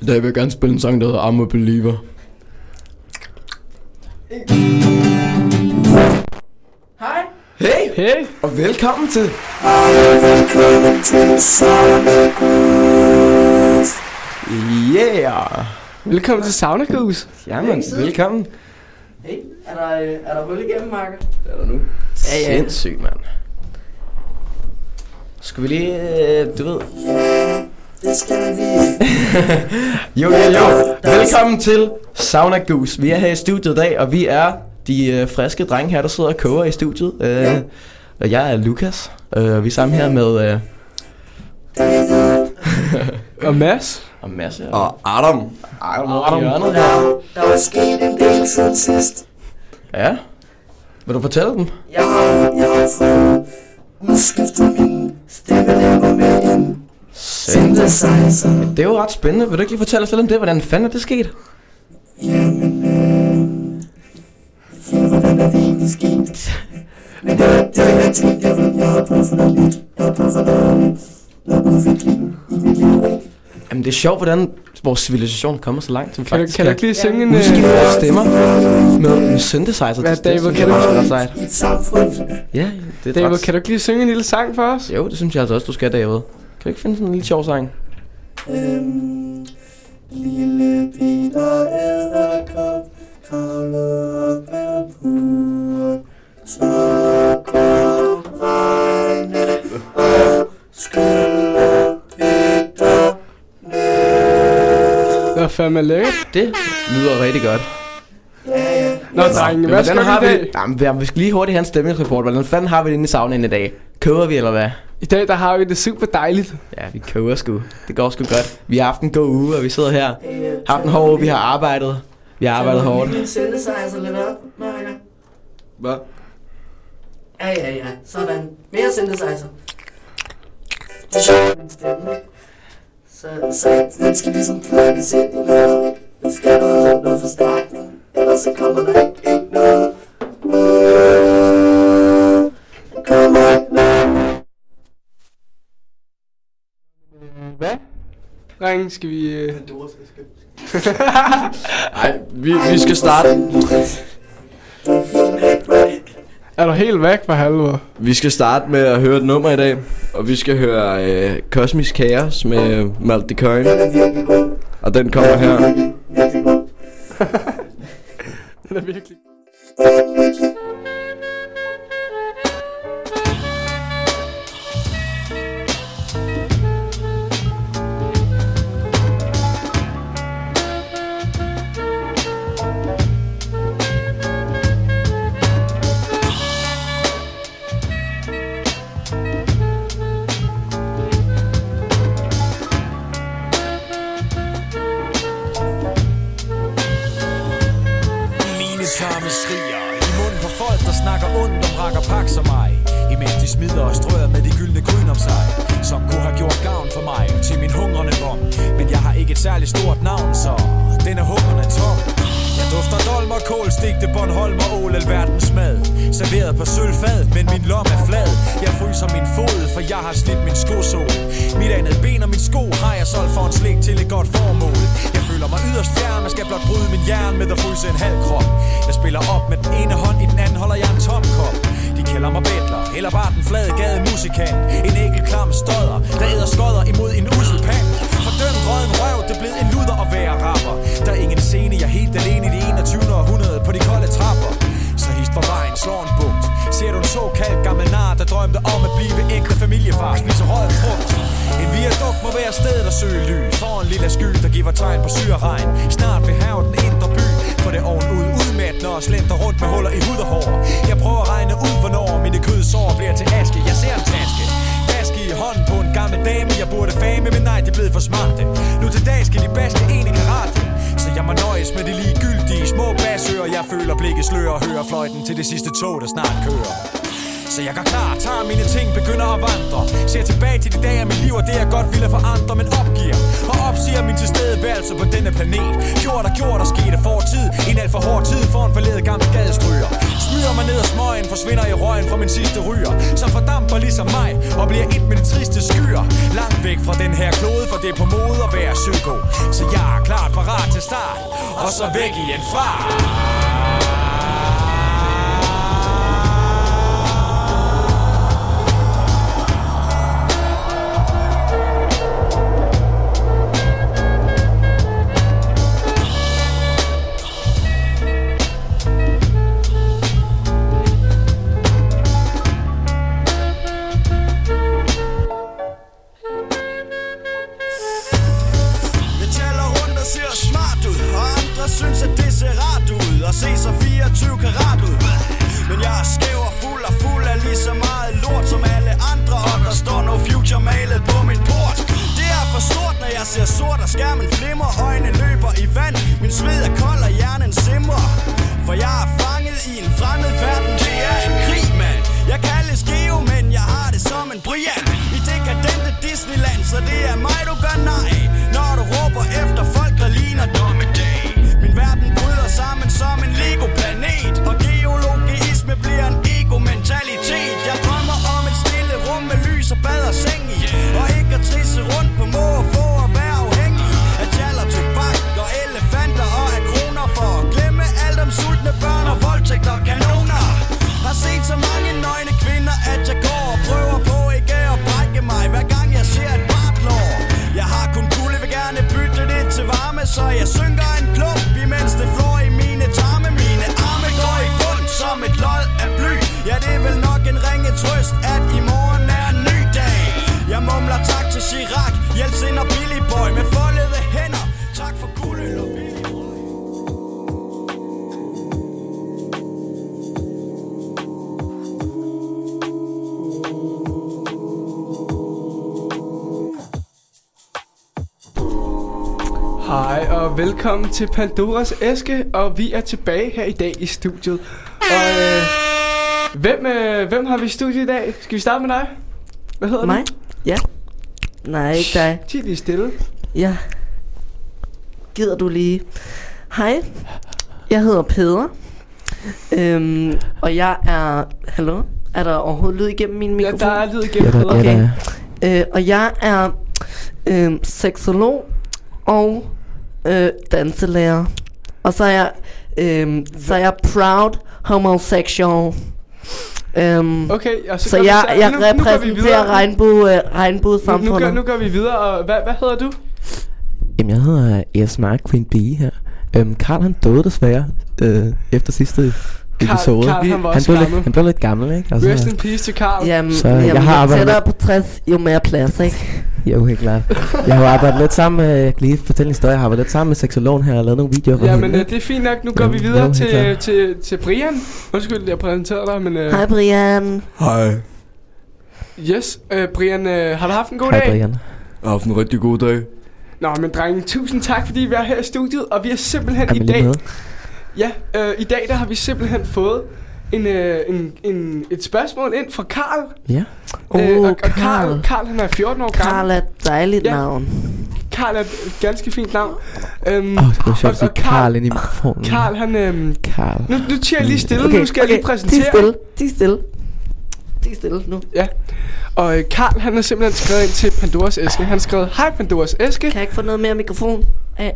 I dag vil jeg gerne spille en sang, der hedder I'm a Believer. Hej. Hey. Og velkommen til Yeah. Velkommen til Sauna Goose. Jamen, velkommen. Hey, er der hul igennem, Marker? Det er der nu. Ja. Sindssygt, mand. Skal vi lige, du ved. Det skal vi. Jo. Velkommen til Sauna Goose. Vi er her i studiet i dag, og vi er de friske drenge her, der sidder og koger i studiet. Og jeg er Lukas. Vi er sammen her med Og Mads. og Mads her. Og Adam. Adam. Der var sket en del siden sidst. Ja. Vil du fortælle dem? Jeg har fået udskiftet min stemmelæber med en synthesizer. Det er jo ret spændende. Vil du ikke lige fortælle os lidt om det? Hvordan fanden er det sket? Hvordan er det egentlig sket? Men det var jeg tænkte, jeg har brug for noget nyt. Jeg har brug for noget udvikling i mit liv, ikke? Jamen det er sjovt, hvordan vores civilisation kommer så langt, som faktisk Kan du ikke lige synge en... udskifte vores stemmer med synthesizer. Hvad, Det David, synes kan jeg du- er ret sejt. I et samfund. Ja, det er David, træls. kan du ikke lige synge en lille sang for os? Jo, det synes jeg altså også, du skal, David. Kan du ikke finde sådan en lille sjov sang? Lille Peter Edderkop kravlede op ad muren. Så kom regnen og skyllede Peter ned. Det var fandme lækkert. Det lyder rigtig godt. Nå, drenge, hvad skal vi har i dag? vi... Jamen, vi skal lige hurtigt have en stemningsreport. Hvordan fanden har vi det inde i saunaen i dag? Koger vi, eller hvad? I dag, der har vi det super dejligt. Ja, vi koger sgu. Det går sgu godt. Vi har haft en god uge, og vi sidder her. Haft en hård uge, vi har arbejdet. Vi har arbejdet hårdt. Min synthesizer lidt op, Marker. Hvad? Ja. Sådan. Mere synthesizer. Det er sjovt, min stemme, ikke? Så den skal ligesom plugges ind i noget, ikke? Den skal noget forstærkning. Ellers så kommer der ikke noget. Der kommer ikke noget. Hvad? Drenge, skal vi... Nej, vi skal starte. Er du helt væk for helvede? Vi skal starte med at høre et nummer i dag. Og vi skal høre Cosmic Chaos med Malte de Coin. Den er virkelig god. Og den kommer her. Virkelig god. Den er virkelig... Mine tarme skriger i munden på folk, der snakker ondt om rak og pak som mig. Imens de smider og strøger med de gyldne gryn om sig, som kunne have gjort gavn for mig til min hungrende vom. Men jeg har ikke et særligt stort navn, så den er hungrende tom. Jeg dufter dolmer, kål, stigte Bornholm og ål, alverdens mad. Serveret på sølvfad, men min lom er flad. Jeg fryser min fod, for jeg har slidt min skosål. Mit andet ben og min sko har jeg solgt for en slik til et godt formål. Jeg føler mig yderst fjern, man skal blot bryde min jern med at fryse en halv krop. Jeg spiller op med den ene hånd, i den anden holder jeg en tom kop. De kalder mig bedler, eller bare den flade gade musikant. En enkelt klam stodder, der æder skodder imod en ussel pand. Fordømt røden røv, det blev en luder at være rapper. Der er ingen scene, jeg er helt alene i det 21. århundrede på de kolde trapper. Så hist for vejen, slår en bugt. Ser du en såkaldt gammel nar, der drømte om at blive ægte familiefar, spiser røget frugt. En viadukt må være stedet at søge ly. For en lille sky, der giver tegn på syreregn. Snart vil have den indre by, for det ovenud udmattende og slenter rundt med huller i hud og hår. Jeg prøver at regne ud, hvornår mine kødsår bliver til aske. Jeg ser en taske, daske i hånden på en gammel dame. Jeg burde fame, men nej, det er blevet for smarte. Nu til dag skal de bedste en i karate. Så jeg må nøjes med de ligegyldige små basører. Jeg føler blikket slører og hører fløjten til det sidste tog, der snart kører. Så jeg går klar, tager mine ting, begynder at vandre. Ser tilbage til de dage af mit liv, og det jeg godt ville forandre, men opgiver og opsiger min tilstedeværelse på denne planet. Gjort og skete fortid, en alt for hård tid for en forledet gammel gadestryger. Smyger mig ned ad smøgen, forsvinder i røgen fra min sidste ryger, som fordamper ligesom mig og bliver et med de triste skyer. Langt væk fra den her klode, for det er på mode at være psyko. Så jeg er klart parat til start, og så væk igen fra. Synes at det ser rart ud og se så 24 karat ud. Men jeg er skæv og fuld af lige så meget lort som alle andre. Og der står no future malet på min port. Det er for stort når jeg ser sort og skærmen flimmer. Øjne løber i vand, min sved er kold og hjernen simrer. For jeg er fanget i en fremmed verden. Det er en krig, mand. Jeg kaldes Geo, men jeg har det som en Brian i dekadente Disneyland. Så det er mig du gør nej, når du råber efter folk der ligner dommedag. Min verden bryder sammen som en Lego-planet, og geologisme bliver en ego-mentalitet. Jeg drømmer om et stille rum med lys og bad og seng i, og ikke at trisse rundt på må og få at være afhængig af tjaller, tobak og elefanter og af kroner. For at glemme alt om sultne børn og voldtægt og kanoner. Har set så mange nøgne kvinder, at jeg går og prøver på ikke at brække mig hver gang jeg ser et bartlår. Jeg har kun kulde, vil gerne bytte det til varme, så jeg synker en klump, imens det flår i mine tarme. Mine arme går i bund som et lod af bly. Ja, det er vel nok en ringe trøst, at i morgen er en ny dag. Jeg mumler tak til Chirac, Jeltsin og Billy Boy med foldede hænder. Tak for guld øl og billig røg. Hej og velkommen til Pandoras æske, og vi er tilbage her i dag i studiet. Og hvem har vi i studiet i dag? Skal vi starte med dig? Hvad hedder Mig? du? Ja. Nej, ikke dig. Tid lige stille. Ja. Gider du lige? Hej. Jeg hedder Peder. Og jeg er... Hallo? Er der overhovedet lyd igennem min mikrofon? Ja, der er lyd igennem Peder. Okay. Og jeg er seksolog og danselærer. Og så er jeg proud homosexual. Okay, og så jeg repræsenterer regnbuesamfundet. Nu går vi videre, og hvad hedder du? Jamen jeg hedder Esmark Queen Bee her. Karl han døde desværre efter sidste episode. Han blev lidt gammel, ikke? Altså, rest in peace til Karl. Jamen jeg har tættere på 60, jo mere plads, ikke? Jo, helt klart. Jeg har arbejdet lidt sammen med, jeg kan lige fortælle en historie, jeg har arbejdet lidt sammen med seksologen her og lavet nogle videoer for hende. Men det er fint nok, nu går vi videre til Brian. Undskyld, jeg præsenterer dig, men... Hej Brian. Hej. Yes, Brian, har du haft en god dag? Hej Brian. Jeg har haft en rigtig god dag. Nå, men drenge, tusind tak, fordi vi er her i studiet, og vi er simpelthen i dag... Ja, i dag der har vi simpelthen fået et spørgsmål ind fra Karl. Ja. Og Karl han er 14 år gammel. Karl er et dejligt navn. Karl er et ganske fint navn. Det er sjovt at sige Karl ind i mikrofonen. Karl han... Karl. Nu tiger jeg lige stille, okay, nu skal jeg lige præsentere. Ti stille nu. Ja. Og Karl han har simpelthen skrevet ind til Pandoras æske. Han har skrevet, hej Pandoras æske. Kan jeg ikke få noget mere mikrofon?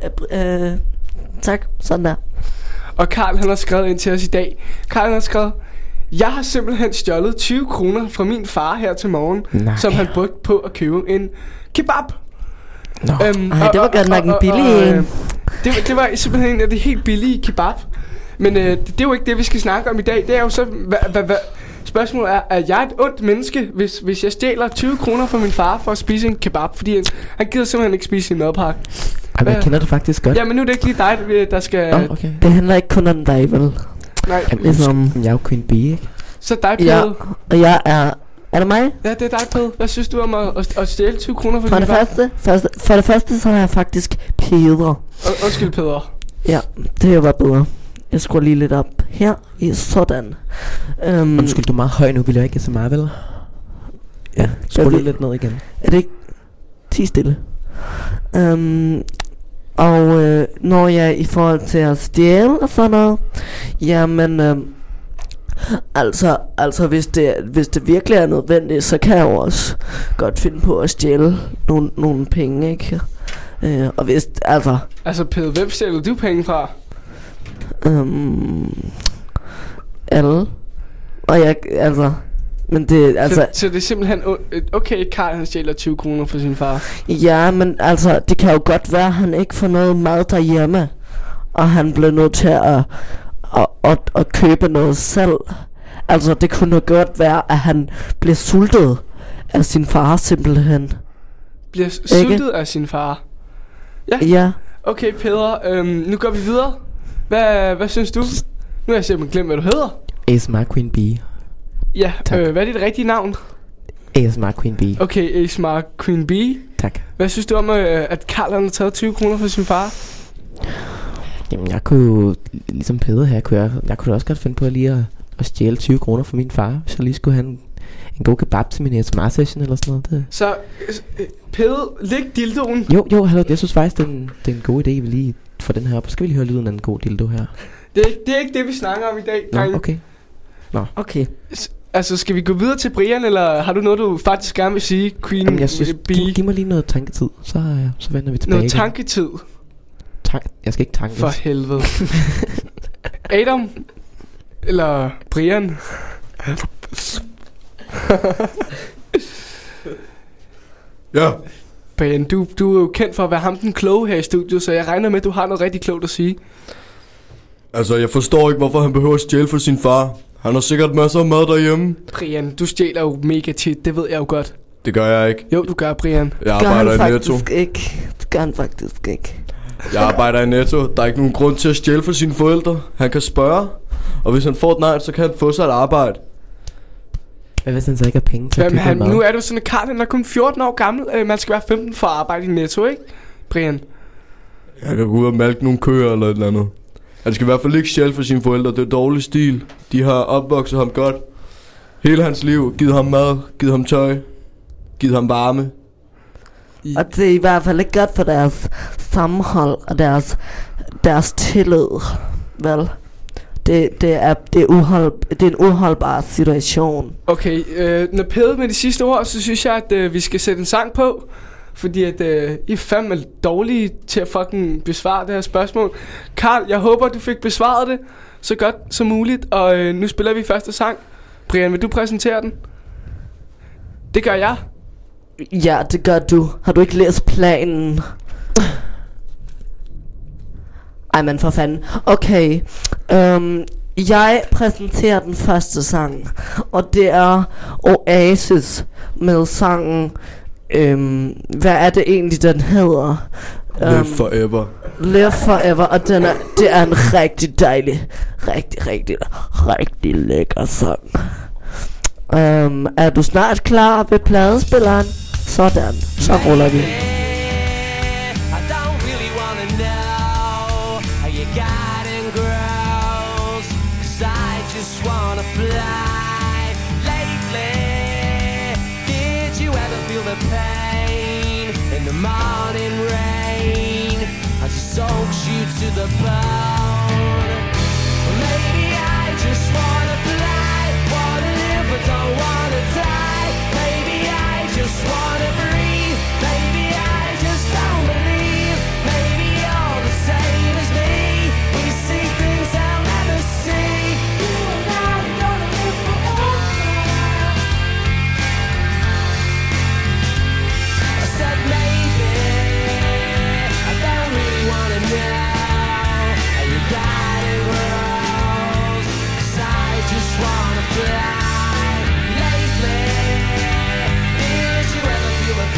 Tak, sådan der. Og Karl han har skrevet ind til os i dag. Karl han har skrevet, jeg har simpelthen stjålet 20 kroner fra min far her til morgen. Nej. Som han brugte på at købe en kebab. Det var godt nok en billig en. Det var simpelthen en af de helt billige kebab. Men det er jo ikke det vi skal snakke om i dag. Det er jo så spørgsmålet er jeg et ondt menneske, hvis jeg stjæler 20 kroner fra min far for at spise en kebab? Fordi han gider simpelthen ikke spise en madpakke. Jamen, jeg kender det faktisk godt. Ja, men nu er det ikke lige dig, der skal... Okay. Det handler ikke kun om dig, vel? Nej. Ligesom... Jeg er jo Queen Bee, ikke? Så dig, Pede. Ja, og jeg er... Er det mig? Ja, det er dig, Pede. Hvad synes du om at stjæle 20 kroner fra din far? For det første, så er jeg faktisk Peder. Undskyld, Peder. Ja, det er jo bare bedre. Jeg skruer lige lidt op her. Sådan. Undskyld, du er meget høj nu, vil jeg ikke så meget, vel? Ja, skru lige lidt ned igen. Er det ikke? 10 stille. Når jeg i forhold til at stjæle og sådan noget, jamen, altså hvis det virkelig er nødvendigt, så kan jeg jo også godt finde på at stjæle nogle penge, ikke? Og hvis, Altså, Peder, hvem stjæler du penge fra? Alle. Og jeg, men det, Så det er simpelthen, okay, Karl han stjæler 20 kroner for sin far. Ja, men det kan jo godt være, at han ikke får noget mad derhjemme, og han bliver nødt til at købe noget selv. Altså, det kunne jo godt være, at han bliver sultet af sin far, simpelthen. Bliver sultet af sin far? Ja. Okay, Peder, nu går vi videre. Hvad synes du? Nu har jeg simpelthen glemt, hvad du hedder. ASMR Queen Bee. Ja, hvad er dit rigtige navn? ASMR Queen Bee. Okay, ASMR Queen Bee. Tak. Hvad synes du om, at Karl har taget 20 kroner fra sin far? Jamen, jeg kunne jo, ligesom Peder her, jeg kunne også godt finde på lige at stjæle 20 kroner fra min far, hvis jeg lige skulle have en god kebab til min ASMR-session eller sådan noget. Så, Peder, læg dildoen. Jo, hallo, jeg synes faktisk, det er en god idé, vi lige får den her op. Så skal vi lige høre lyden af en god dildo her. Det er ikke det, vi snakker om i dag, drenge. Okay. Nå. Okay. Altså, skal vi gå videre til Brian, eller har du noget, du faktisk gerne vil sige, Queen Bee? Jeg synes, giv mig lige noget tanketid, så vender vi tilbage. Noget tanketid? Jeg skal ikke tanke. For helvede. Adam? Eller Brian? Ja. Brian, du er jo kendt for at være ham den kloge her i studiet, så jeg regner med, at du har noget rigtig klogt at sige. Altså, jeg forstår ikke, hvorfor han behøver at stjæle for sin far. Han har sikkert masser af mad derhjemme. Brian, du stjæler jo mega tit, det ved jeg jo godt. Det gør jeg ikke. Jo, du gør, Brian. Jeg arbejder i Netto. Det gør han faktisk ikke. Jeg arbejder i Netto. Der er ikke nogen grund til at stjæle for sine forældre. Han kan spørge, og hvis han får et nej, så kan han få sig et arbejde. Hvad hvis han så ikke har penge til at købe mad? Nu er du sådan en Karl, han er kun 14 år gammel. Man skal være 15 for at arbejde i Netto, ikke? Brian. Jeg kan gå ud og malke nogle køer eller et eller andet. Han skal i hvert fald ikke stjæle for sine forældre. Det er dårlig stil. De har opvokset ham godt hele hans liv. Givet ham mad, givet ham tøj, givet ham varme. Og det er i hvert fald ikke godt for deres sammenhold og deres tillid. Vel? Det er en uholdbar situation. Okay, når Peder med de sidste ord, så synes jeg, at vi skal sætte en sang på. Fordi at I er fandme dårlige til at fucking besvare det her spørgsmål. Karl, jeg håber, du fik besvaret det så godt som muligt. Og nu spiller vi første sang. Brian, vil du præsentere den? Det gør jeg. Ja, det gør du. Har du ikke læst planen? Ej, men for fanden. Okay. Jeg præsenterer den første sang. Og det er Oasis med sangen... hvad er det egentlig, den hedder? Live Forever. Live Forever. Og det er en rigtig dejlig, rigtig lækker sang. Er du snart klar ved pladespilleren? Sådan, så ruller vi. Soaks you to the bone. Maybe I just wanna fly, wanna live but don't wanna die. Maybe I just wanna breathe. Maybe I just don't believe. Maybe you're the same as me. We see things I'll never see. You and I are gonna live forever. I said maybe I don't really wanna know how you got it wrong. 'Cause I just wanna fly. Lately, did you ever feel the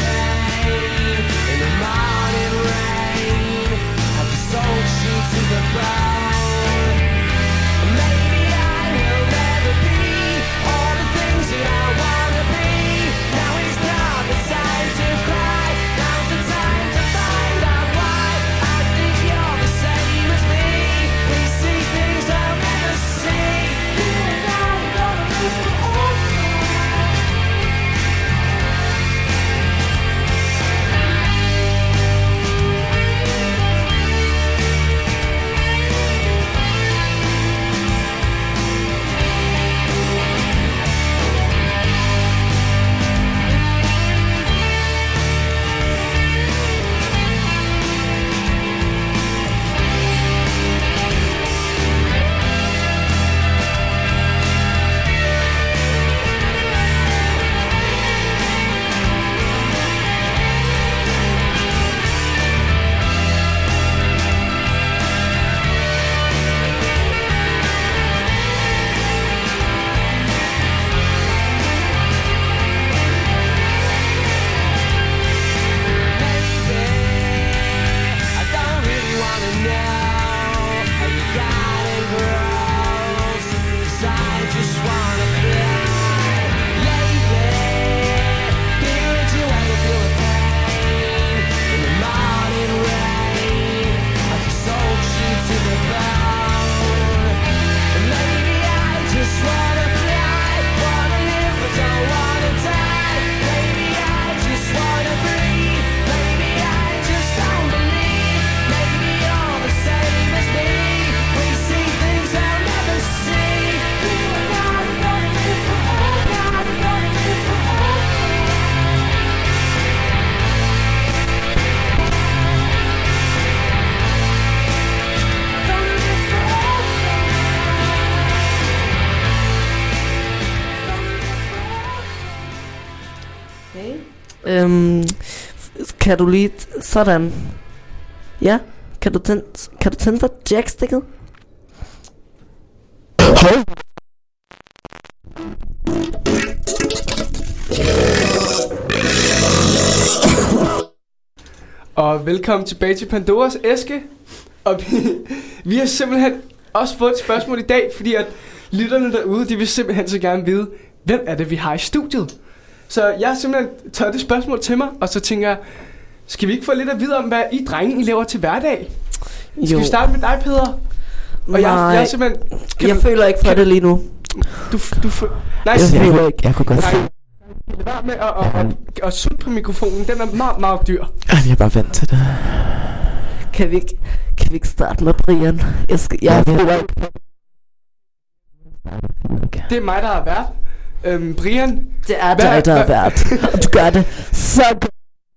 Kan du lige sådan? Ja, kan du tænde for jackstikket? Og velkommen tilbage til Pandoras æske. Og vi har simpelthen også fået et spørgsmål i dag, fordi at lytterne derude, de vil simpelthen så gerne vide, hvem er det, vi har i studiet? Så jeg har simpelthen taget det spørgsmål til mig, og så tænker jeg, skal vi ikke få lidt at vide om, hvad I drenge I laver til hverdag? Skal vi starte med dig, Peder? Og jeg er simpelthen... Jeg føler ikke for det lige nu. Nej, jeg kunne godt lad være med at sutte på mikrofonen. Den er meget, meget dyr. Jeg er bare vant til det. Kan vi ikke starte med Brian? Jeg føler ikke. Det er mig, der er vært. Brian. Det er dig, der er vært. Og du gør det så godt.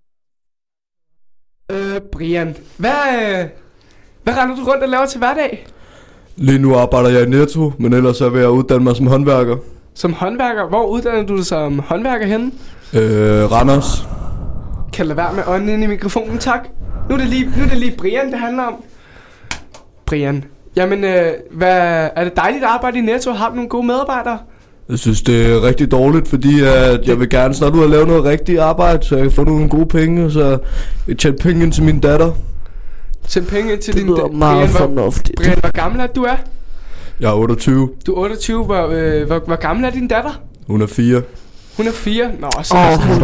Brian, hvad render du rundt og laver til hverdag? Lige nu arbejder jeg i Netto, men ellers er jeg ved at uddanne mig som håndværker. Som håndværker? Hvor uddanner du dig som håndværker henne? Randers. Kan lade være med ånden ind i mikrofonen, tak. Nu er det lige Brian, det handler om. Brian, jamen, er det dejligt at arbejde i Netto? Har du nogle gode medarbejdere? Jeg synes, det er rigtig dårligt, fordi at jeg vil gerne snart ud og lave noget rigtigt arbejde, så jeg kan få nogle gode penge, så jeg tjener penge ind til min datter. Tjene penge ind til din datter? Det lyder meget fornuftigt. Brian, hvor gammel er du? Jeg er 28. Du er 28. Hvor gammel er din datter? Hun er 4. Hun er 4? Nå, så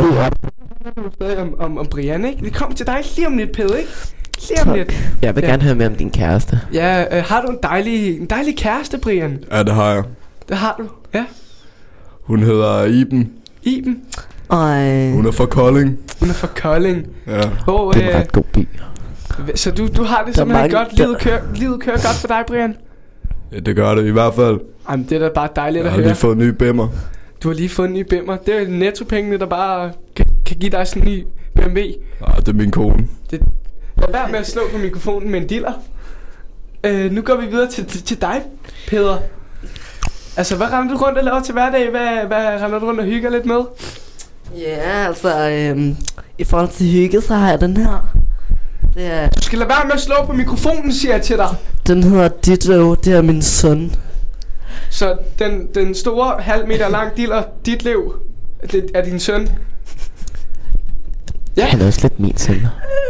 om Brian, ikke? Vi kommer til dig lige om lidt, Peder, ikke? Lige om lidt. Jeg vil gerne høre mere om din kæreste. Ja, har du en dejlig kæreste, Brian? Ja, det har jeg. Det har du, ja. Hun hedder Iben. Iben? Hun er fra Kolding. Hun er fra Kolding. Ja. Det er en ret god by. Så du har det simpelthen godt. Livet kører godt for dig, Brian? Ja, det gør det i hvert fald. Jamen, det er da bare dejligt at høre. Jeg har lige fået nye bimmer. Du har lige fået en ny bimmer. Det er Netto-pengene, der bare kan give dig sådan en ny BMW. Ja, det er min kone. Lad være med at slå på mikrofonen med en diller. Nu går vi videre til dig, Peder. Altså, hvad render du rundt og laver til hverdag? Hvad render du rundt og hygger lidt med? Ja, altså, i forhold til hygge, så har jeg den her. Du skal lade være med at slå på mikrofonen, siger jeg til dig. Den hedder Ditlev, det er min søn. Så den store halv meter lang diller, Ditlev, det er din søn? Ja. Han er også lidt min søn.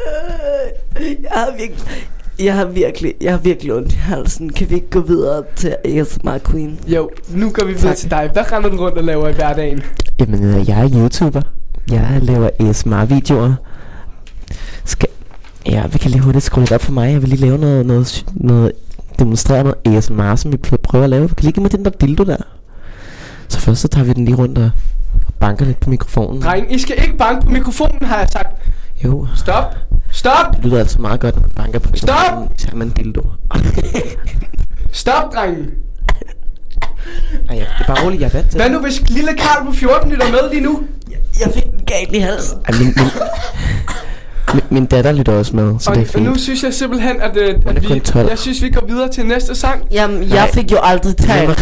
Jeg har virkelig ondt i halsen. Kan vi ikke gå videre til ASMR Queen? Jo, nu går vi videre til dig. Hvad render du rundt og laver i hverdagen? Jamen, jeg er YouTuber. Jeg laver ASMR-videoer. Ja, vi kan lige hurtigt skrue lidt op for mig. Jeg vil lige lave noget demonstrere noget ASMR, som vi prøver at lave. Vi kan lige give mig den der dildo der. Så først så tager vi den lige rundt og banker lidt på mikrofonen. Dreng, I skal ikke banke på mikrofonen, har jeg sagt. Jo. Stop! Det lyder altså meget godt, når man banker på mikrofonen. Så har man en dildo. Stop, drengen! Ej, det er bare roligt, jeg er vant til. Hvad nu hvis lille Karl på 14 lytter med lige nu? Jeg fik den galt i halsen. Min datter lytter også med, så det er fint. Og nu synes jeg simpelthen, at jeg synes, vi går videre til næste sang. Jamen, jeg fik jo aldrig talt.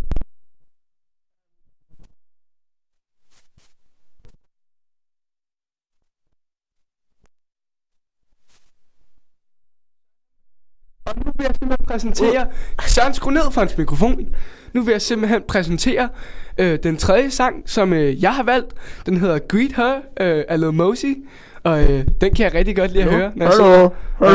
Og nu vil jeg simpelthen præsentere... Søren, skru ned for hans mikrofon. Nu vil jeg simpelthen præsentere den tredje sang, som jeg har valgt. Den hedder Greet Her af Lil Mosey. Og den kan jeg rigtig godt lide at høre. Hallo.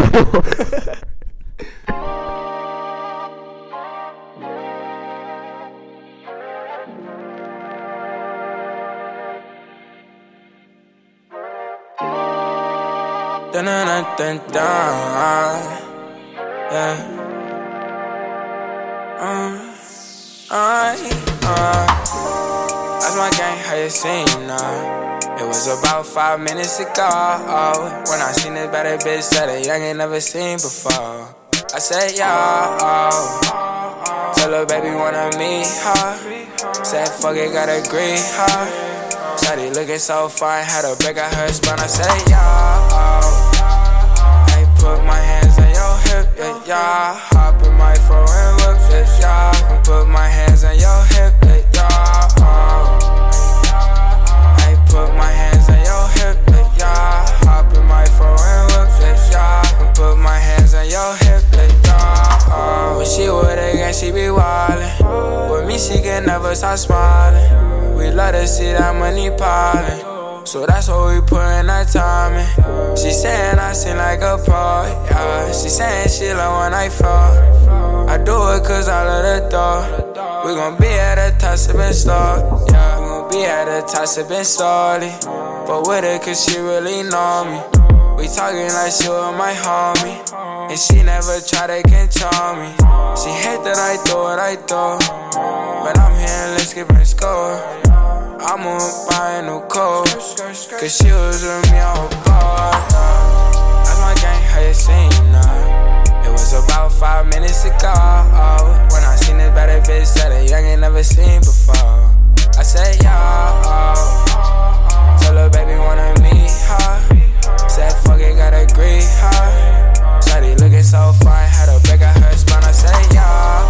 That's my gang, how you seen now? It was about 5 minutes ago when I seen this better bitch that a young ain't never seen before. I said, yo, tell her baby wanna meet her. Said, fuck it, gotta agree her. Shawty looking so fine, had a break out her spine. I said, yo, I put my hands on your hip, yeah, yeah. Hop in my fro and whip, yeah, yeah. Put my hands on your hip, yeah, yeah. Put my hands on your hip, yeah, hop in start smiling. We love to see that money piling. So that's what we put in that time in. She saying I seem like a pro, yeah. She saying she love when I fall. I do it cause I love the door. We gon' be at the top, sippin' slowly, yeah. We gon' be at the top, sippin' slowly. But with it cause she really know me. We talking like she was my homie. And she never try to control me. She hate that I do what I do. But I'm here, let's skip and score. I'm gonna buy a new coat. Cause she was with me on board. That's my gang, how you seen her? It was about 5 minutes ago. When I seen this better bitch that a young ain't never seen before. I said, yo. Tell her baby wanna meet her. Said fuck it, gotta greet her. Shawty looking so fine, had her back at her spine. I said, yo.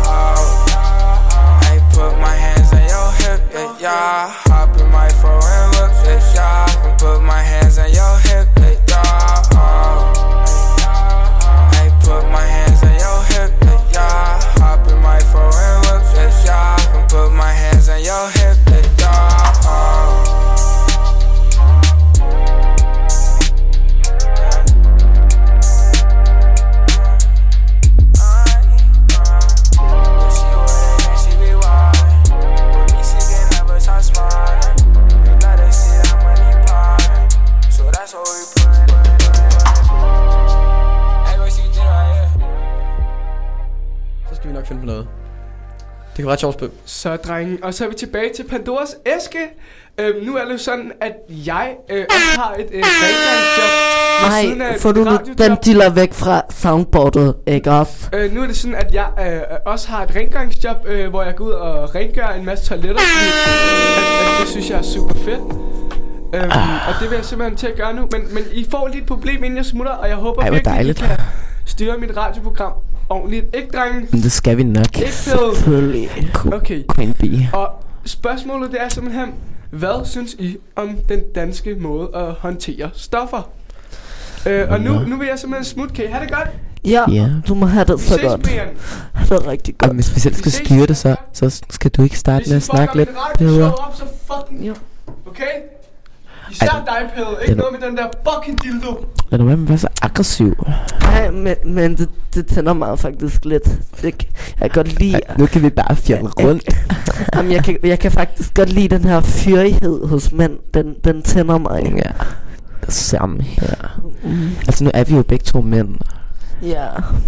I put my hands on your hip, yeah, yeah. Hop in my phone and look, yeah, yeah. Put my hands on your hip, yeah, yeah. I put my hands on your hip, yeah, yeah. Hop in my phone and look, yeah, yeah. Put my hands on your hip, yeah, yeah. Finde på noget. Det kan være ret sjovt spil. Så drenge, og så er vi tilbage til Pandoras æske. Nu er det jo sådan, at jeg også har et rengøringsjob. Nej, får du nu den diller væk fra soundboardet, ikke også? Nu er det sådan, at jeg også har et rengøringsjob, hvor jeg går ud og rengør en masse toiletter. Det synes jeg er super fedt. Og det vil jeg simpelthen til at gøre nu. Men I får lige et problem, inden jeg smutter, og jeg håber virkelig, at I kan styre mit radioprogram ordentligt. Ikke, drenge? Men det skal vi nok. Ikke, selvfølgelig. Okay. Queen Bee. Og spørgsmålet det er simpelthen, hvad synes I om den danske måde at håndtere stoffer? Og nu vil jeg simpelthen smutte. Kan I have det godt? Ja, du må have det så Ses, godt. Brian. Ha' det rigtig godt. Og hvis vi selv skal styre det, så skal du ikke starte med at snakke lidt bedre. Ja. Okay? Især dig, Pelle. Ikke noget med den der fucking dildo. Lad du være med at være så aggressiv. Nej, men det tænder mig faktisk lidt. Jeg kan godt lide... Ej, nu kan vi bare fjerne rundt. Jamen, jeg kan faktisk godt lide den her fyrighed hos mænd. Den tænder mig. Ja, samme her. Altså nu er vi jo begge to mænd. Ja.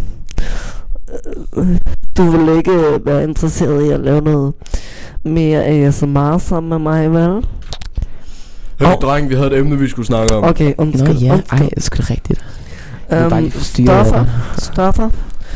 Du vil ikke være interesseret i at lave noget mere ASMR sammen med mig, vel? Hør, dreng, vi havde et emne, vi skulle snakke om. Okay, undskyld. Nå ja, ej, det er sgu da rigtigt. Bare lige forstyrre stoffer.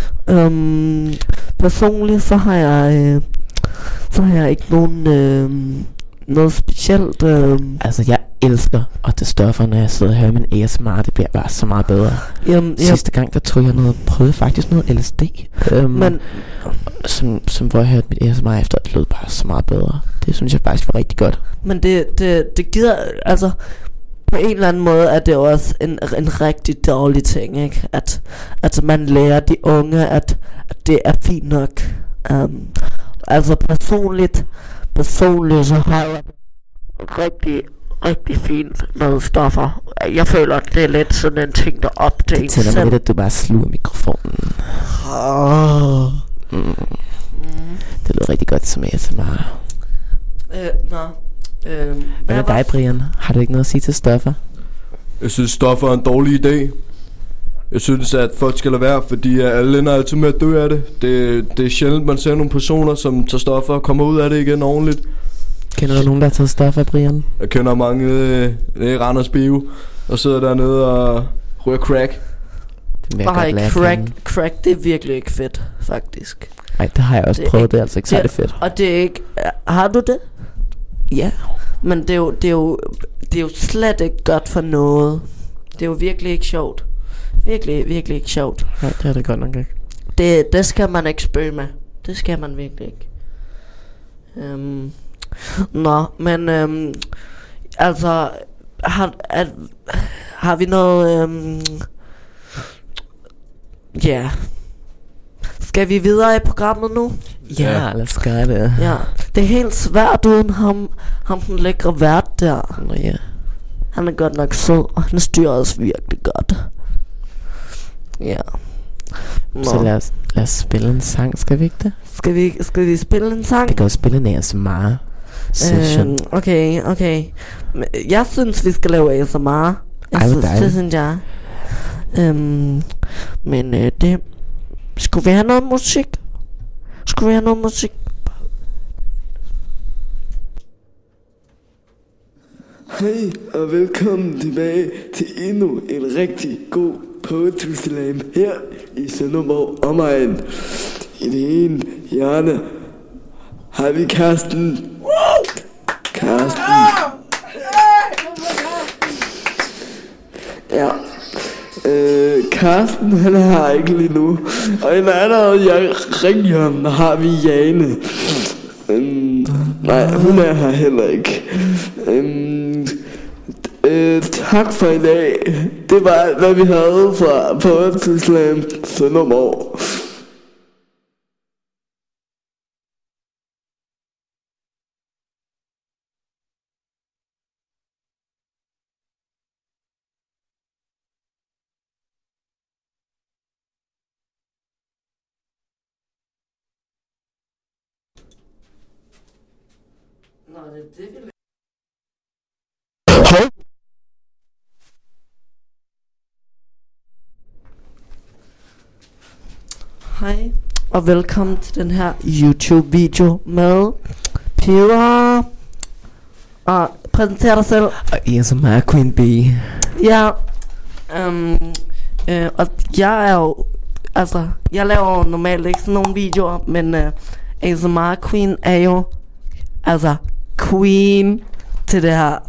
Personligt så har jeg ikke nogen noget specielt. Altså jeg elsker at tage stoffer, når jeg sidder og hører min ASMR. Det bliver bare så meget bedre. Sidste gang der tog jeg prøvede faktisk noget LSD. Men som hvor jeg hørte mit ASMR efter, det lød bare så meget bedre. Det synes jeg faktisk var rigtig godt. Men det giver altså på en eller anden måde er det også en rigtig dårlig ting, ikke? At man lærer de unge at det er fint nok. Altså personligt så har jeg rigtig fint med stoffer. Jeg føler det er lidt sådan en ting der opdager. Det tænder mig lidt at du bare sluger mikrofonen. Det lyder rigtig godt som ASMR. Hvad med dig, Brian? Har du ikke noget at sige til stoffer? Jeg synes stoffer er en dårlig idé. Jeg synes at folk skal lade være, fordi alle ender altid med at dø af det. Det er sjældent man ser nogle personer som tager stoffer og kommer ud af det igen ordentligt. Kender du nogen der har taget stoffer, Brian? Jeg kender mange Randers Bio og sidder dernede og ryger crack. Crack det er virkelig ikke fedt, faktisk. Nej, det har jeg også prøvet, det er altså ikke særlig fedt. Og det er ikke... Har du det? Ja. Men det er jo slet ikke godt for noget. Det er jo virkelig ikke sjovt. Virkelig ikke sjovt. Nej, det er det godt nok ikke. Det skal man ikke spøge med. Det skal man virkelig ikke. Men altså har vi noget ja. Skal vi videre i programmet nu? Ja, lad os gøre det. Ja, det er helt svært uden ham den lækre vært der. Nå ja. Han er godt nok sød, og han styrer også virkelig godt. Ja. Så lad os spille en sang, skal vi ikke det? Skal vi spille en sang? Vi kan også spille en ASMR session. Okay. Jeg synes, vi skal lave ASMR. Det synes jeg. Men det... Skulle vi have noget musik? Hej og velkommen tilbage til endnu en rigtig god Poetry Slam her i Sønderborg omegn. I det ene hjørne har vi Karsten. Ja. Karsten han er her ikke lige nu. Og i den anden ringhjørne har vi Jane. Nej, hun er her heller ikke. Tak for i dag. Det var alt, hvad vi havde fra Poetry Slam Sønderborg. Nå, det vil... Hej, og velkommen til den her YouTube-video med Peter. Og præsenter dig selv. Og ASMR Queen Bee. Ja, og jeg er jo... Altså, jeg laver jo normalt ikke sådan nogle videoer, men ASMR Queen er jo... Altså, queen til det her.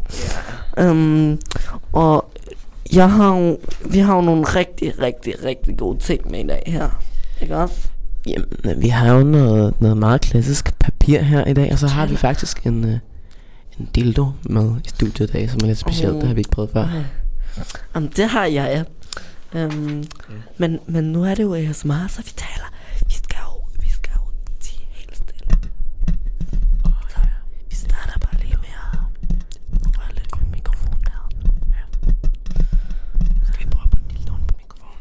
Og vi har jo nogle rigtig gode ting med i dag her. Ikke også? Jamen, vi har jo noget meget klassisk papir her i dag, og så har vi faktisk en dildo med i studiet i dag, som er lidt specielt. Det har vi ikke prøvet før. Jamen, det har jeg. Men nu er det jo ASMR, så vi taler. Vi skal jo sige helt stille. Så vi starter bare lige med at røre lidt med mikrofonen her. Ja. Så skal vi prøve på dildoen på mikrofonen.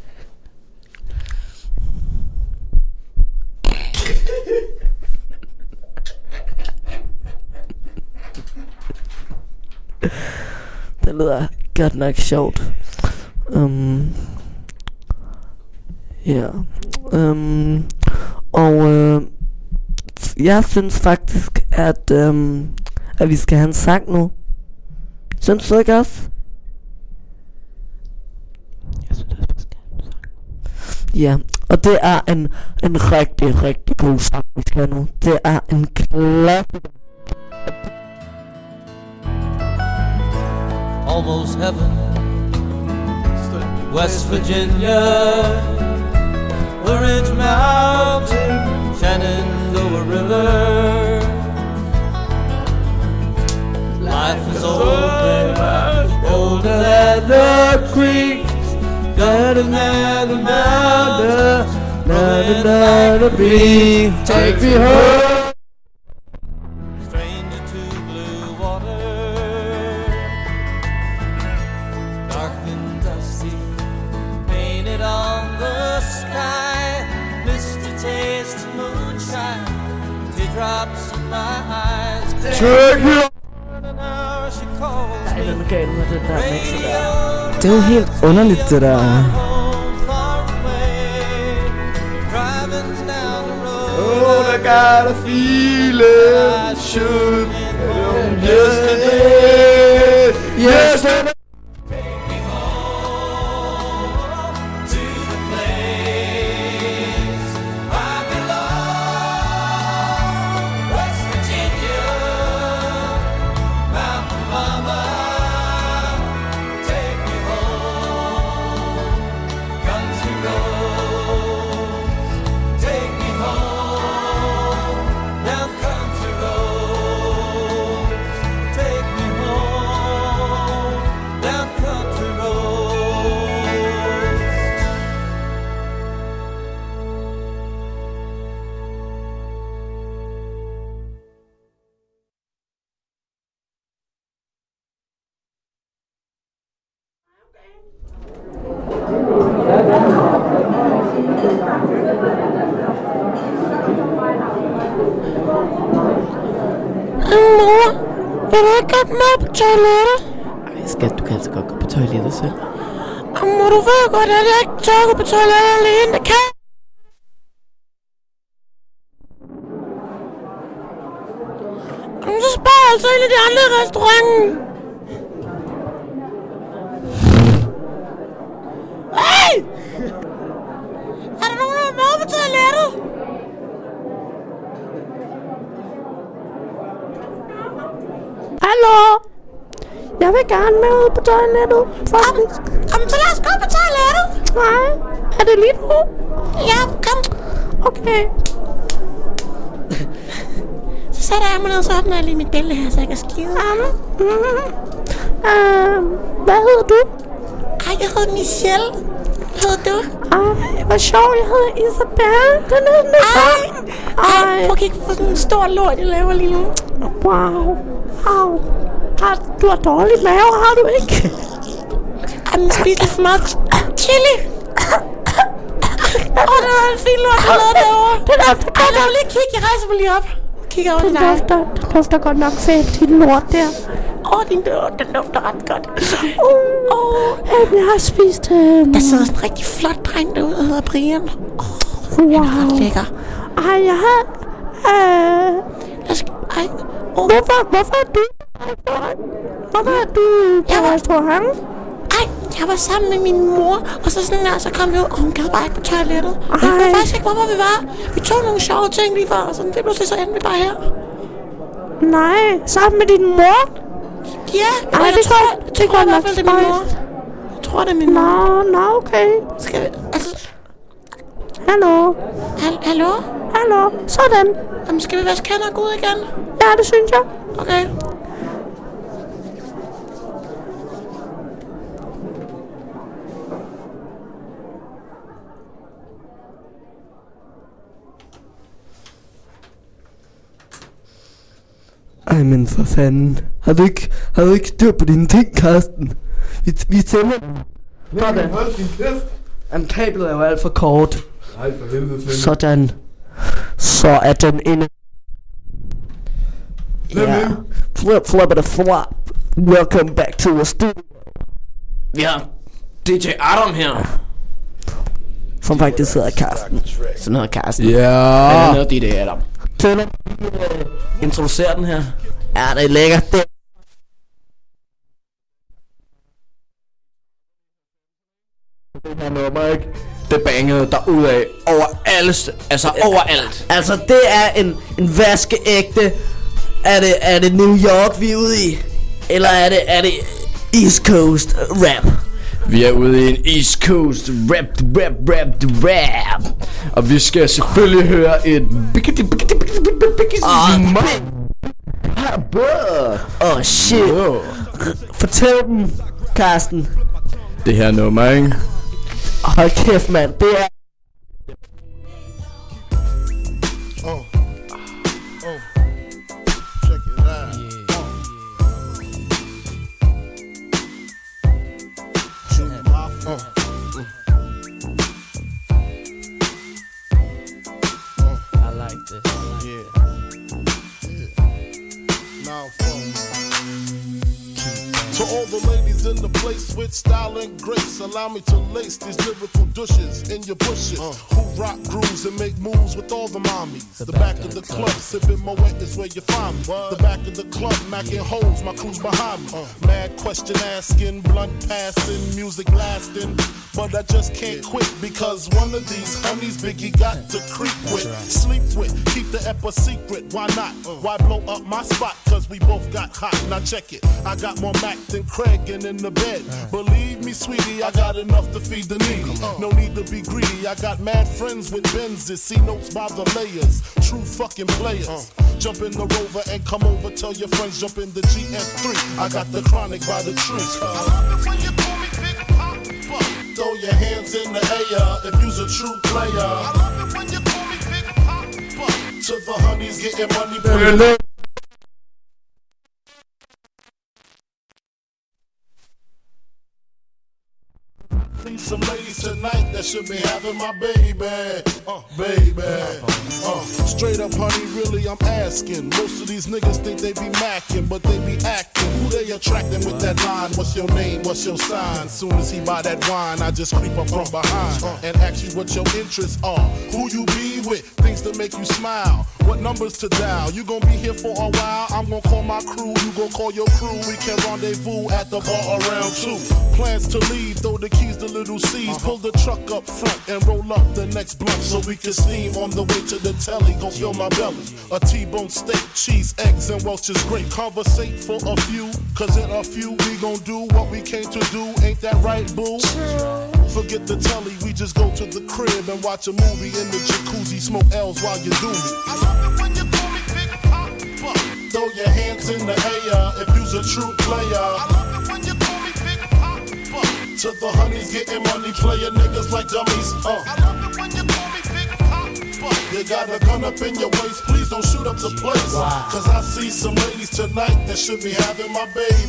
Det lyder godt nok sjovt. Ja. Jeg synes faktisk, at vi skal have en sang nu. Synes du ikke også? Jeg synes også, vi skal have en sang. Ja, og det er en rigtig god sang, vi skal have nu. Det er en klassiker. Almost heaven, West Virginia, Blue Ridge Mountain, Shenandoah River. Life is older than the creeks, better than the mountains, better than the beach. Take me home. Stranger to blue water, dark and dusty, painted on the sky, misty taste of moonshine, teardrops in my eyes. Take me an hour she calls Der er noget galt med det der mixer der. Det er jo helt underligt, det der. Oh, I got a feeling should yesterday. Vil du ikke godt med på toilettet? Ej skat, du kan altså godt gå på toilettet selv. Må du ved godt, at jeg ikke tør gå på toilettet alene, det kan. Så spørger jeg altså ind i de andre i restauranten. Hey! Er der nogen, der er med på toilettet? Hallo? Jeg vil gerne med ud på toilettet, faktisk. Så lad os gå på toilettet. Nej, er det lige nu? Ja, kom. Okay. Så sætter jeg mig ned, så åbner jeg lige mit billede her, så jeg kan skide. Hvad hedder du? Ej, jeg hedder Michelle. Hvad hedder du? Ej, hvor sjovt, jeg hedder Isabel. Det er næsten det samme. Ej, prøv at kigge på sådan en stor lort, jeg laver lige nu. Wow. Au. Du har dårligt mave, har du ikke? Ej, men spiser lidt for meget chili. Det var en fin lort, jeg lavede derovre. Ej, lad mig lige kigge, jeg rejser mig lige op. Kigger over til dig. Den dufter godt nok fedt, din lort der. Den dufter ret godt. Jeg har spist... Der sidder sådan en rigtig flot dreng derude, der hedder Brian. Han er ret lækker. Ej, jeg har... Hvorfor er du... Hvorfor er du på restaurant? Ej, jeg var sammen med min mor, og så sådan der, så kom vi ud, og hun gad bare ikke på toilettet. Jeg ved faktisk ikke, hvorfor vi var. Vi tog nogle sjove ting lige før, og sådan, det pludselig så endte vi bare her. Nej, sammen med din mor? Ja, jeg tror i hvert fald, det er min mor. Jeg tror, det er min mor. Nå, okay. Skal vi, altså... Hallo? Hallo? Hallo? Sådan. Jamen, skal vi vaske hænder og gå ud igen? Ja, det synes jeg. Okay. Ej, men for fanden. Har du ikke styr på dine ting, Karsten? Vi tænder den. Sådan. Jamen, kablet er jo alt for kort. Nej, for helvede. Sådan. Så er den inde. Ja. Flip. Welcome back to the studio. Vi har DJ Adam her. Som faktisk hedder Karsten. Sådan hedder Karsten. Ja. Han hedder DJ Adam. Tænder. Introducer den her. Ja, det er lækkert. Det her nummer, ikke? Det bangede derudad overalt. Altså, det er en vaskeægte. Er det New York, vi er ude i? Eller er det East Coast rap? Vi er ude i en East Coast rap. Og vi skal selvfølgelig høre et shit. Fortæl dem, Karsten. Det her nummer, ikke? Hold kæft, mand. Det er... To all the ladies in the place with style and grace, allow me to lace these lyrical douches in your bushes. Who rock grooves and make moves with all the mommies. The back of the club, sipping Moet is where you find me. The back of the club, macking holes, my crew's behind me. Mad question asking, blunt passing, music lasting. But I just can't quit because one of these honeys Biggie got to creep with, sleep with, keep the ep a secret. Why not? Why blow up my spot? Cause we both got hot. Now check it. I got more Mac than Craig and in the bed. Believe me, sweetie, I got enough to feed the needy. No need to be greedy. I got mad friends with Benzes. See notes by the layers. True fucking players. Jump in the Rover and come over. Tell your friends jump in the GS3. I got the chronic by the tree. I love it when you call me Big Papa. Throw your hands in the air if you's a true player. I love it when you call me Big Papa. To the honeys getting money. Some ladies tonight that should be having my baby, straight up, honey, really I'm asking. Most of these niggas think they be macking, but they be acting. Who they attracting with that line? What's your name? What's your sign? Soon as he buy that wine, I just creep up from behind and ask you what your interests are. Who you be with? Things to make you smile. What numbers to dial? You gon' be here for a while. I'm gon' call my crew. You gon' call your crew. We can rendezvous at the bar around 2. Plans to leave. Throw the keys to Little C's. Pull the truck up front and roll up the next blunt so we can steam on the way to the telly. Gon' fill my belly. A T-bone steak, cheese, eggs, and Welch's grape. Conversate for a few, cause in a few we gon' do what we came to do. Ain't that right, boo? Forget the telly, we just go to the crib and watch a movie in the jacuzzi. Smoke L's while you do me. I love it when you call me Big Papa. Throw your hands in the air if you's a true player. I love it when you call me Big Papa. To the honeys getting money, playin' niggas like dummies. I love it when you call me Big Papa. You got a gun up in your waist, please don't shoot up the place. Cause I see some ladies tonight that should be having my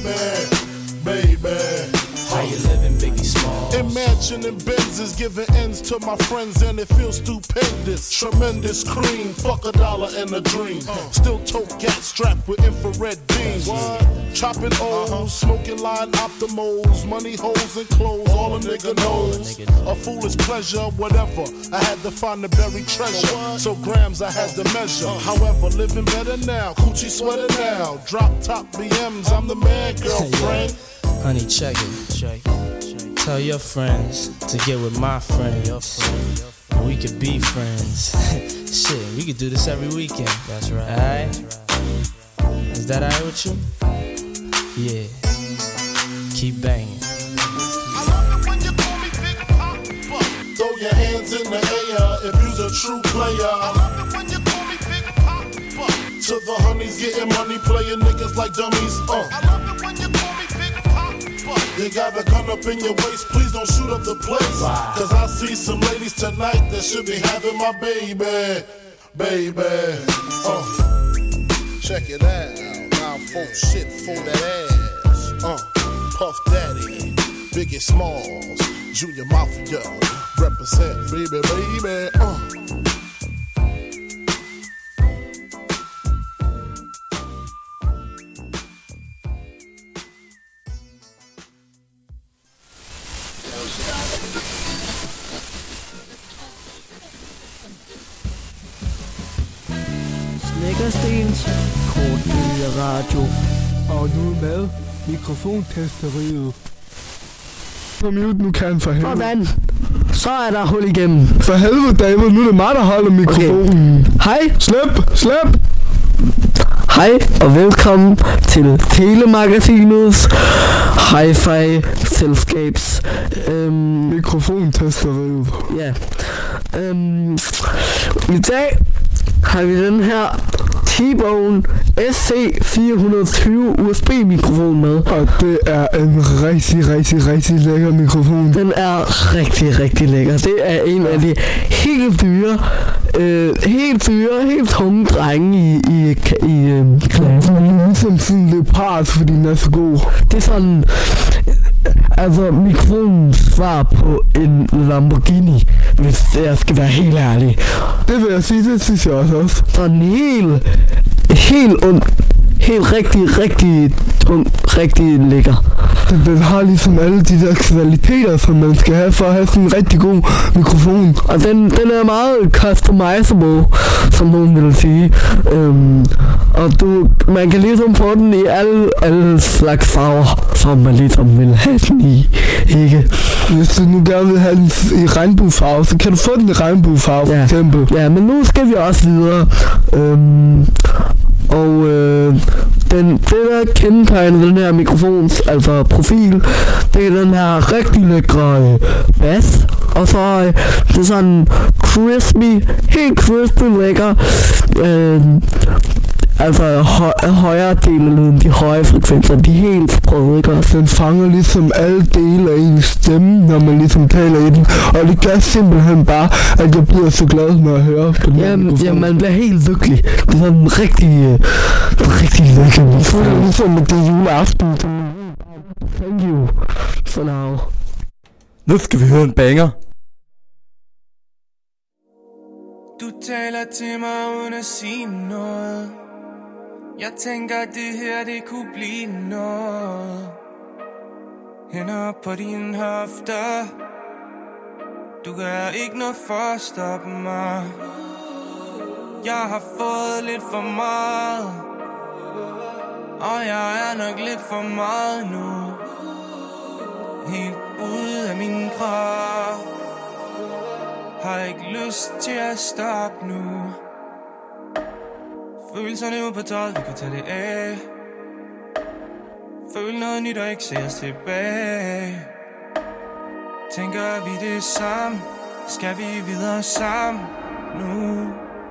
baby. How you living, Biggie Smalls? Imagining Benzes giving ends to my friends and it feels stupendous. Tremendous cream, fuck $1 and a dream. Still tote gas strapped with infrared beams. Chopping O's, smoking line optimals, money holes and clothes, all a nigga knows. A foolish pleasure, whatever. I had to find the buried treasure, so grams I had to measure. However, living better now, coochie sweater now. Drop top BMs, I'm the man, girlfriend. Honey, check it. Tell your friends to get with my friends. We could be friends. Shit, we could do this every weekend. That's right. Alright? Is that alright with you? Yeah. Keep banging. I love it when you call me Big Papa. Throw your hands in the air if you's a true player. I love it when you call me Big Papa. To the honeys getting money, playing niggas like dummies. I love it when you call me Big Papa. You got a gun up in your waist, please don't shoot up the place. Cause I see some ladies tonight that should be having my baby. Check it out. Now folks shit for that ass. Puff Daddy, Biggie Smalls, Junior Mafia, represent baby. Snækkerstens kortbillede radio. Og nu med mikrofontesteriet. På mute nu kan for helvede. Sådan. Så er der hul igennem. For helvede, David. Nu er det mig, der holder mikrofonen. Okay. Hej. Slip. Hej og velkommen til Telemagasinets Hi-Fi Selskabs mikrofontesteriet. Ja. I dag har vi den her T-Bone SC420 USB-mikrofon med. Og det er en rigtig lækker mikrofon. Den er rigtig lækker. Det er en af de helt dyre, helt tunge drenge i klassen. Ligesom sådan en leopard, fordi den er så god. Det er sådan, altså mikrofonens svar på en Lamborghini, hvis jeg skal være helt ærlig. Det vil jeg sige, det synes jeg også. Sådan helt rigtig tung, rigtig lækker. Den har ligesom alle de der kvaliteter, som man skal have for at have sådan en rigtig god mikrofon. Og den er meget customizable, som nogen vil sige. Og man kan ligesom få den i alle slags farver, som man ligesom vil have den i. Ikke? Hvis du nu gerne vil have den i regnbuefarve, så kan du få den i regnbuefarve, for eksempel. Ja, men nu skal vi også videre. Det der kendetegner den her mikrofons, altså profil, det er den her rigtig lækre bas, og så det er sådan helt crispy lækker, altså højere del af lyden, de høje frekvenser, de er helt sprøde, ikke? Den fanger ligesom alle dele af ens stemme, når man ligesom taler i den, og det gør simpelthen bare, at jeg bliver så glad, når jeg hører på den her mikrofon. Ja, man bliver helt lykkelig. Det er sådan en rigtig lykkelig. Jeg føler ligesom, at det er juleaften. Thank you for now. Nu skal vi høre en banger. Du taler til mig uden at sige noget. Jeg tænker det her det kunne blive noget. Hænder på dine hofter. Du gør ikke noget for at stoppe mig. Jeg har fået lidt for meget, og jeg er nok lidt for meget nu. Helt ude af min krop. Har ikke lyst til at stoppe nu. Følelserne ude på tøjet, vi kan tage det af. Føl noget nyt og ikke se os tilbage. Tænker vi det samme? Skal vi videre sammen nu?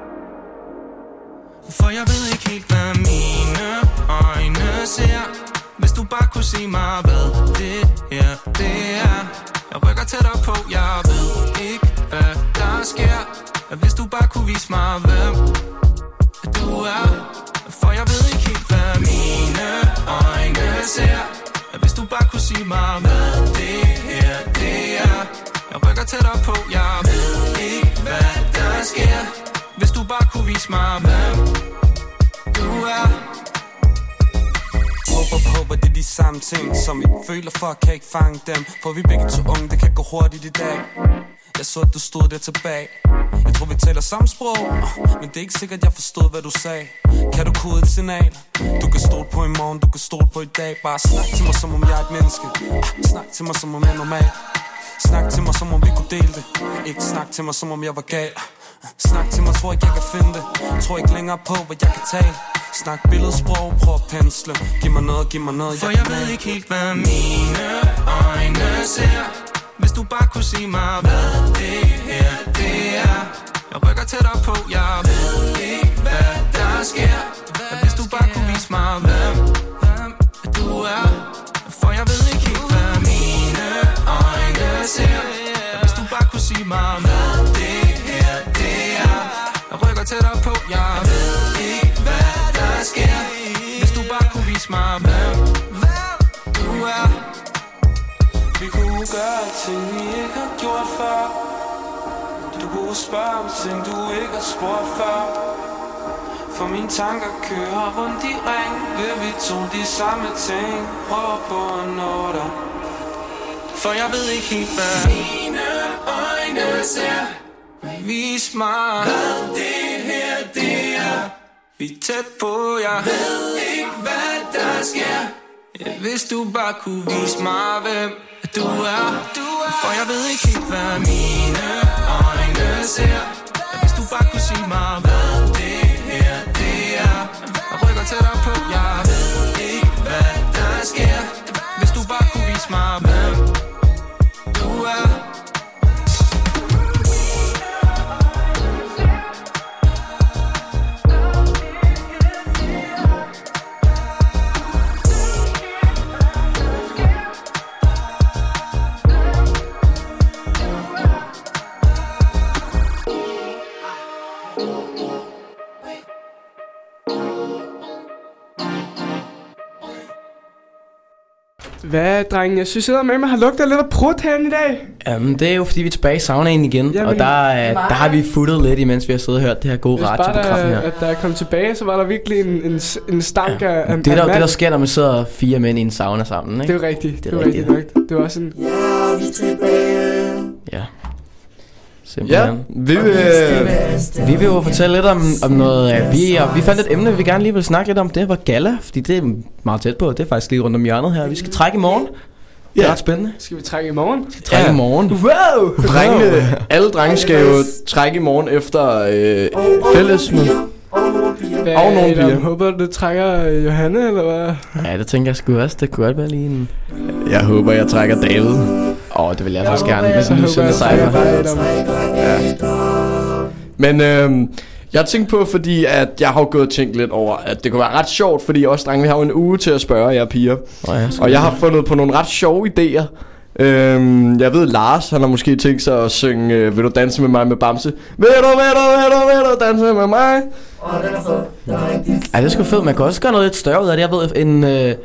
For jeg ved ikke helt hvad mine øjne ser. Hvis du bare kunne se mig hvad det her det er. Jeg rykker tættere på, jeg ved ikke hvad der sker. Hvis du bare kunne vise mig hvem du er. For jeg ved ikke helt hvad mine øjne ser. Hvis du bare kunne sige mig hvad det her det er. Jeg rykker tættere på, jeg ved ikke hvad der sker. Hvis du bare kunne vise mig hvem du er. Håber på, at det er de samme ting, som vi føler for, kan ikke fange dem. For vi begge to unge, det kan gå hurtigt i dag. Jeg så, at du stod der tilbage. Jeg tror, vi taler samme sprog, men det er ikke sikkert, jeg forstod, hvad du sagde. Kan du kode et signal? Du kan stole på i morgen, du kan stole på i dag. Bare snak til mig, som om jeg er et menneske. Snak til mig, som om jeg er normal. Snak til mig, som om vi kunne dele det. Ikke snak til mig, som om jeg var gal. Snak til mig, tror ikke, jeg kan finde det. Tror ikke længere på, hvad jeg kan tale. Snak billedsprog, prøv at pensle. Giv mig noget, for jeg ved ikke helt, hvad mine øjne ser. Hvis du bare kunne sige mig, hvad det her det er. Jeg rykker tættere på, jeg ved ikke, hvad der sker. Hvis du bare kunne vise mig, hvem du er. For jeg ved ikke helt, hvad mine øjne ser. Hvis du bare kunne sige mig, hvad det her det er. Jeg rykker tættere på, jeg ved ikke, hvad der sker. Hvis du bare kunne vise mig, hvem du er. Vi kunne gøre ting, vi ikke har gjort før. Du kunne spørge om ting, du ikke har spurgt før. For mine tanker kører rundt i ring. Vil vi to de samme ting, prøver på at nå dig. For jeg ved ikke helt, hvad mine øjne ser. Vis mig, hvad det her det er. Vi er tæt på, jeg ved ikke, hvad der sker. Hvis du bare kunne vise mig, hvem du er. For jeg ved ikke helt, hvad mine øjne ser. Hvis du bare kunne sige mig, hvad det her det er. Jeg rykker tættere på, jeg ved ikke, hvad der sker. Hvis du bare kunne vise mig, hvem du er. Hvad, drenge? Jeg synes, at med har lugtet lidt af prut herinde i dag. Jamen, det er jo fordi, vi er tilbage i saunaen igen. Jamen, og der har vi futtet lidt, imens vi har siddet og hørt det her gode radioprogram her. At da jeg kom tilbage, så var der virkelig en stank af det der sker, når man sidder 4 mænd i en sauna sammen, ikke? Det er jo rigtigt. Det er rigtigt nok. Det var sådan... Ja, vi er tilbage. Ja. Simpelthen. Ja, vi vil jo fortælle lidt om noget. Vi fandt et emne, vi gerne lige vil snakke lidt om. Det var galla, fordi det er meget tæt på. Det er faktisk lige rundt om hjørnet her. Vi skal trække i morgen. Det er ret spændende. Skal vi trække i morgen? I morgen. Wow! Alle drenge skal jo trække i morgen efter fællesmøde. Og nogle piger. Håber du trækker Johanne, eller hvad? Ja, det tænker jeg sgu også. Det kunne godt være lige en... Jeg håber, jeg trækker David. Det vil jeg faktisk gerne. Med sådan en lille cyber. Ja. Men jeg tænkte på, fordi at jeg har gået og tænkt lidt over, at det kunne være ret sjovt, fordi os drenge, vi har jo en uge til at spørge jer piger. Og jeg har fundet på nogle ret sjove idéer. Jeg ved, Lars, han har måske tænkt sig at synge Vil du danse med mig med Bamse? Vil du danse med mig? Den er fed. Den er rigtig. Ej, det er sgu fedt. Man kan også gøre noget lidt større ud af det. Jeg ved,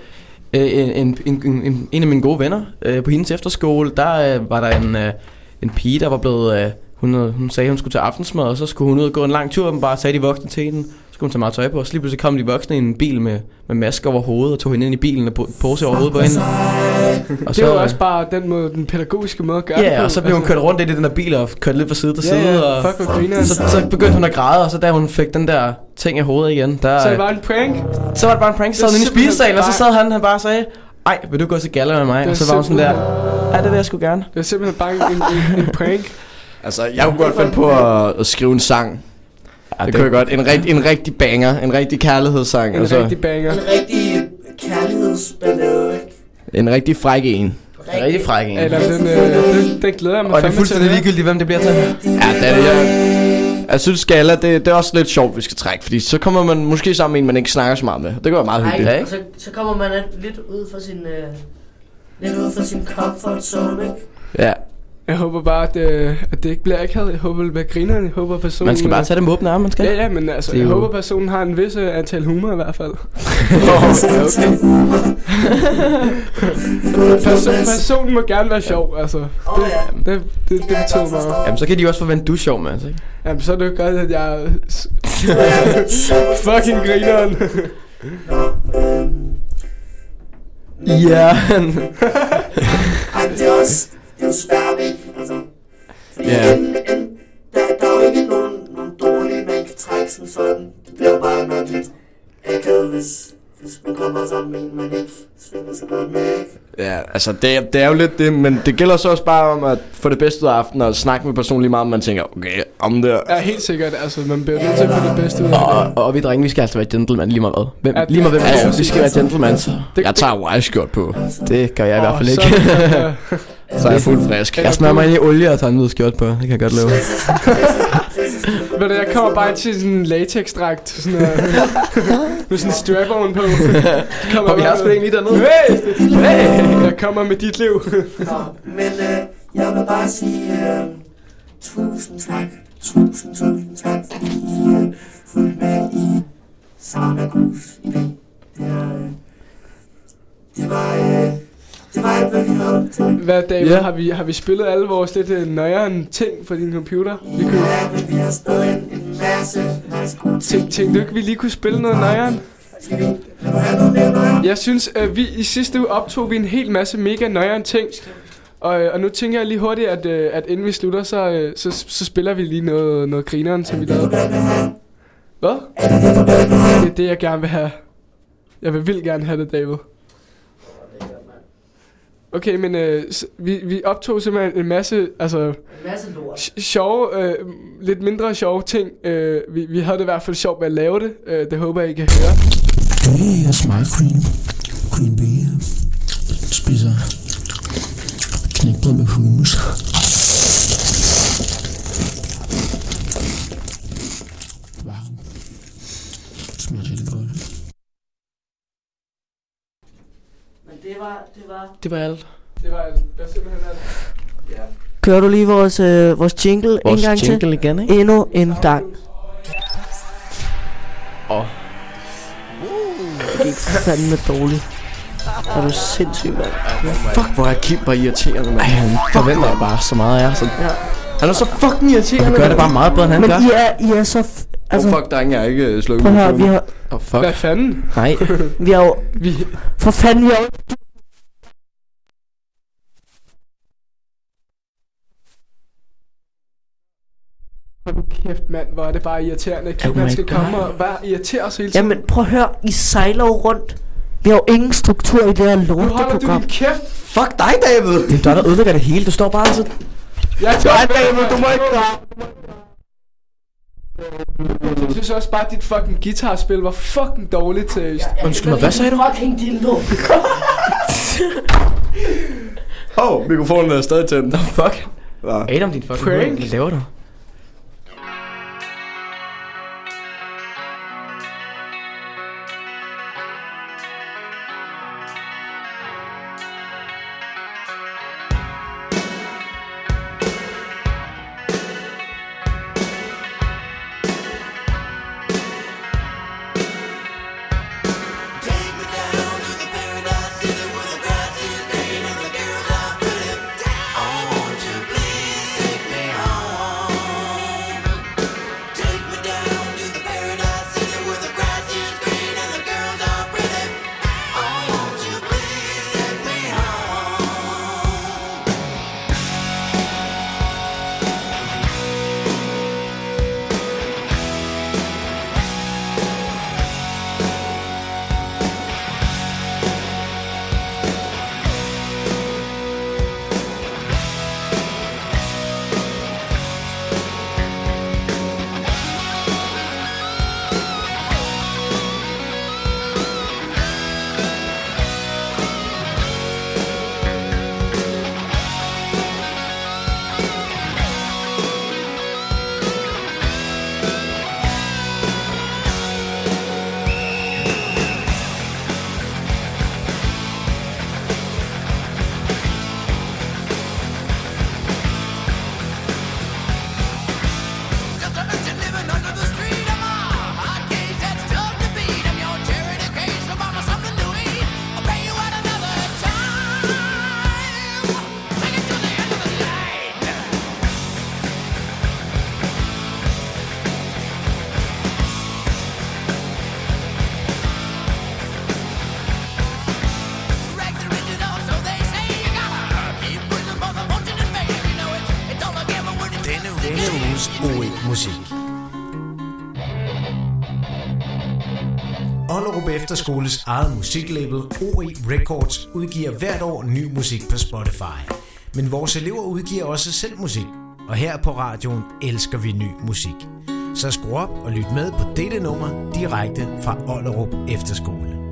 En af mine gode venner på hendes efterskole, der var der en pige, der var blevet... Hun sagde, hun skulle til aftensmad, og så skulle hun ud og gå en lang tur, og bare sagde de voksne til hende. Så skulle hun tage meget tøj på, og så lige pludselig kom de voksne i en bil med masker over hovedet, og tog hende ind i bilen og pose over hovedet på hende. Og det var også bare den pædagogiske måde at gøre det på. Og så blev hun kørt rundt ind i den der bil og kørt lidt fra side til side. Og så begyndte hun at græde, og så da hun fik den der ting i hovedet igen, der... Så det var en prank? Så var det bare en prank, så sad hun inde i spisesalen, og så sad han bare og sagde, ej, vil du gå til galla med mig? Og så var hun sådan der, ja, det vil jeg sgu gerne. Det var simpelthen bare en prank. Altså, jeg kunne godt finde på at skrive en sang. Ja, det kunne jeg godt. En rigtig banger. En rigtig kærlighedssang. En rigtig banger. En rigtig kærlighedsballade, ikke? En rigtig fræk en. En rigtig fræk en. Eller den glæder jeg mig. Og det er fuldstændig ligegyldigt, hvem det bliver til. Ja, det er det. Jeg synes, Galla, det er også lidt sjovt, vi skal trække. Fordi så kommer man måske sammen med en, man ikke snakker så meget med. Det går meget hyggeligt. Ej, så kommer man lidt ud fra sin comfort zone, ikke? Ja. Jeg håber bare, at det ikke bliver akavet. Jeg håber, det bliver grineren. Jeg håber, personen... Man skal bare tage det med åbne arme, man skal. Ja, men altså, jeg håber, personen har en vis antal humor i hvert fald. Personen må gerne være sjov, altså. Det betyder meget. Jamen, så kan de også forvente, du er sjov, man, altså, ikke? Jamen, så er det jo godt, at jeg fucking grineren. Ja. Det er også... Det er jo svært, ikke? Altså, fordi der er jo ikke nogen dårlige, man kan trække sådan. Det bliver jo bare nok lidt akavet, hvis man kommer sammen med en, man ikke svinger så godt med, ikke? Ja, altså det er jo lidt det, men det gælder så også bare om at få det bedste ud af aftenen og snakke med personen lige meget, man tænker, okay, om det... Ja, helt sikkert, altså man bliver nødt til at få det bedste ud af det. Og vi drenge, vi skal altså være gentleman lige meget hvad. Lige meget hvem vi skal være gentleman, så... Jeg tager wire-skjort på. Det gør jeg i hvert fald ikke. Så er jeg fuldt frisk. Jeg smører mig ind i olie og tager en hvid skjort på. Det kan jeg godt love. Men jeg kommer bare til sådan en latex-dragt sådan med sådan en strap-on på. Og vi har sgu ikke lige dernede. Hey! Jeg kommer med dit liv. Men jeg vil bare sige tusind tak. Tusind tak, fordi I fulgte med i Sauna Gus i dag. Det var alt, hvad vi havde til. Hvad, David? Yeah. Har vi spillet alle vores lidt nøjere ting på din computer? Ja, men vi har spillet en masse gode ting. Tænkte du ikke, vi lige kunne spille noget nøjere? Jeg synes, vi i sidste uge optog vi en hel masse mega nøjere ting. Og nu tænker jeg lige hurtigt, at inden vi slutter, så spiller vi lige noget grineren, som vi lavede. Hvad? Det er det, jeg gerne vil have. Jeg vil vildt gerne have det, David. Okay, men vi optog simpelthen en masse, altså sjove, lidt mindre sjove ting. Vi havde det i hvert fald sjovt med at lave det. Det håber jeg, I kan høre. Det er smart Queen Bee. Spiser knækbrød med hummus. Varm. Smager rigtig godt. Det var alt. Det var alt. Det var simpelthen alt. Ja. Kører du lige vores jingle en gang til? Jingle igen, ikke? Endnu en gang. Det gik fandme dårligt. Er du sindssygt, mand? Fuck, hvor er Kim bare irriterende, mand. Han forventer jeg bare så meget af. Han er så fucking irriterende. Han gør det bare meget bedre, end han gør. Men I er så... Altså, fuck, drenge, jeg er ikke slukket. Prøv at høre, vi har... fuck. Hvad fanden? Nej. Vi har jo... For fanden, vi har jo... Kæft, mand, hvor er det bare irriterende. Kim, skal komme og bare irritere os hele tiden. Jamen, prøv at høre, I sejler jo rundt. Vi har jo ingen struktur i det her lorteprogram. Nu holder du din kæft. Fuck dig, David. Det er dig, der ødelægger det hele. Du står bare altid... Jeg David, du må ikke gøre. Jeg synes også bare, at dit fucking guitarspil var fucking dårligt til. Undskyld mig, hvad sagde du? Fucking dildo. Mikrofonen er stadig tændt. Fuck. Adam, din fucking prank. Hvad laver du? Take me down to the paradise denne uges OE-musik. Ollerup Efterskoles eget musiklabel OE Records udgiver hvert år ny musik på Spotify. Men vores elever udgiver også selv musik, og her på radioen elsker vi ny musik. Så skru op og lyt med på dette nummer direkte fra Ollerup Efterskole.